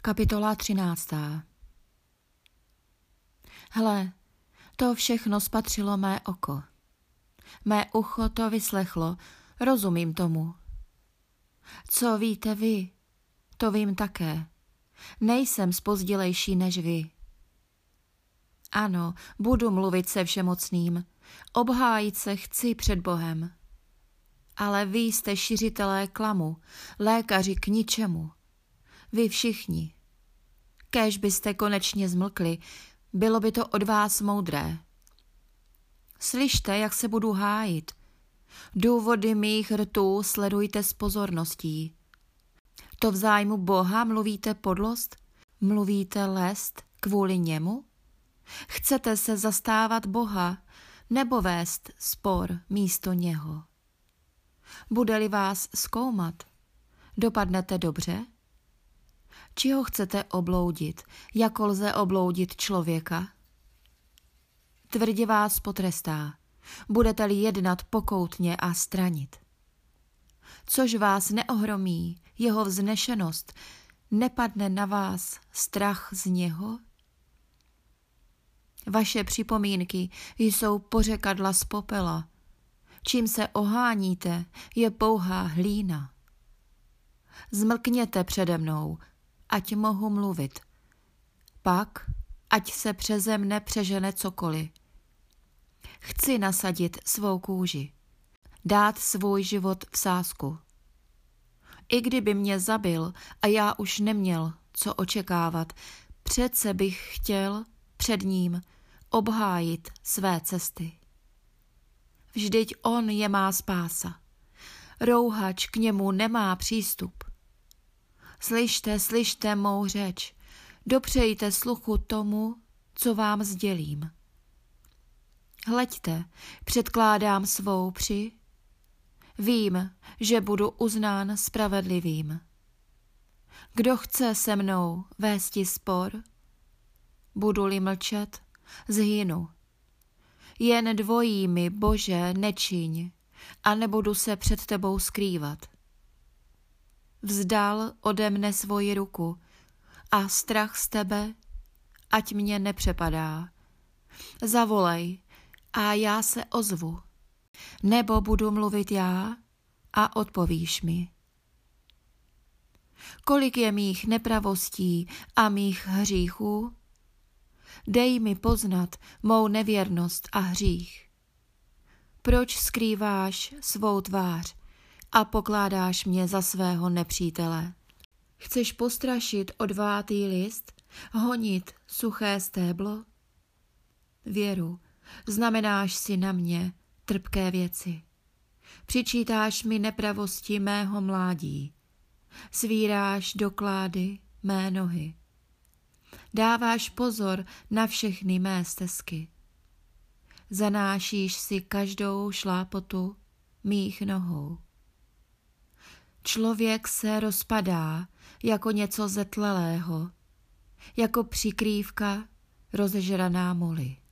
Kapitola 13. Hle, to všechno spatřilo mé oko. Mé ucho to vyslechlo, rozumím tomu. Co víte vy, to vím také. Nejsem zpozdilejší než vy. Ano, budu mluvit se všemocným, obhájit se chci před Bohem. Ale vy jste šiřitelé klamu, lékaři k ničemu. Vy všichni. Kéž byste konečně zmlkli, bylo by to od vás moudré. Slyšte, jak se budu hájit. Důvody mých rtů sledujte s pozorností. To v zájmu Boha mluvíte podlost? Mluvíte lest kvůli němu? Chcete se zastávat Boha nebo vést spor místo něho? Bude-li vás zkoumat, dopadnete dobře? Či ho chcete obloudit, jako lze obloudit člověka? Tvrdě vás potrestá, budete-li jednat pokoutně a stranit. Což vás neohromí, jeho vznešenost, nepadne na vás strach z něho? Vaše připomínky jsou pořekadla z popela, čím se oháníte, je pouhá hlína. Zmlkněte přede mnou, ať mohu mluvit. Pak, ať se přeze mne přežene cokoliv. Chci nasadit svou kůži, dát svůj život v sázku. I kdyby mě zabil a já už neměl co očekávat, přece bych chtěl před ním obhájit své cesty. Vždyť on je má spása. Rouhač k němu nemá přístup. Slyšte mou řeč, dopřejte sluchu tomu, co vám sdělím. Hleďte, předkládám svou při. Vím, že budu uznán spravedlivým. Kdo chce se mnou vésti spor? Budu-li mlčet, zhynu. Jen dvojí mi, Bože, nečiň, a nebudu se před tebou skrývat. Vzdal ode mne svoji ruku a strach z tebe, ať mě nepřepadá. Zavolej a já se ozvu, nebo budu mluvit já a odpovíš mi. Kolik je mých nepravostí a mých hříchů? Dej mi poznat mou nevěrnost a hřích. Proč skrýváš svou tvář a pokládáš mě za svého nepřítele? Chceš postrašit odvátý list, honit suché stéblo? Věru, znamenáš si na mě trpké věci. Přičítáš mi nepravosti mého mládí. Svíráš do klády mé nohy. Dáváš pozor na všechny mé stezky. Zanášíš si každou šlápotu mých nohou. Člověk se rozpadá jako něco zetlelého, jako přikrývka rozežraná moly.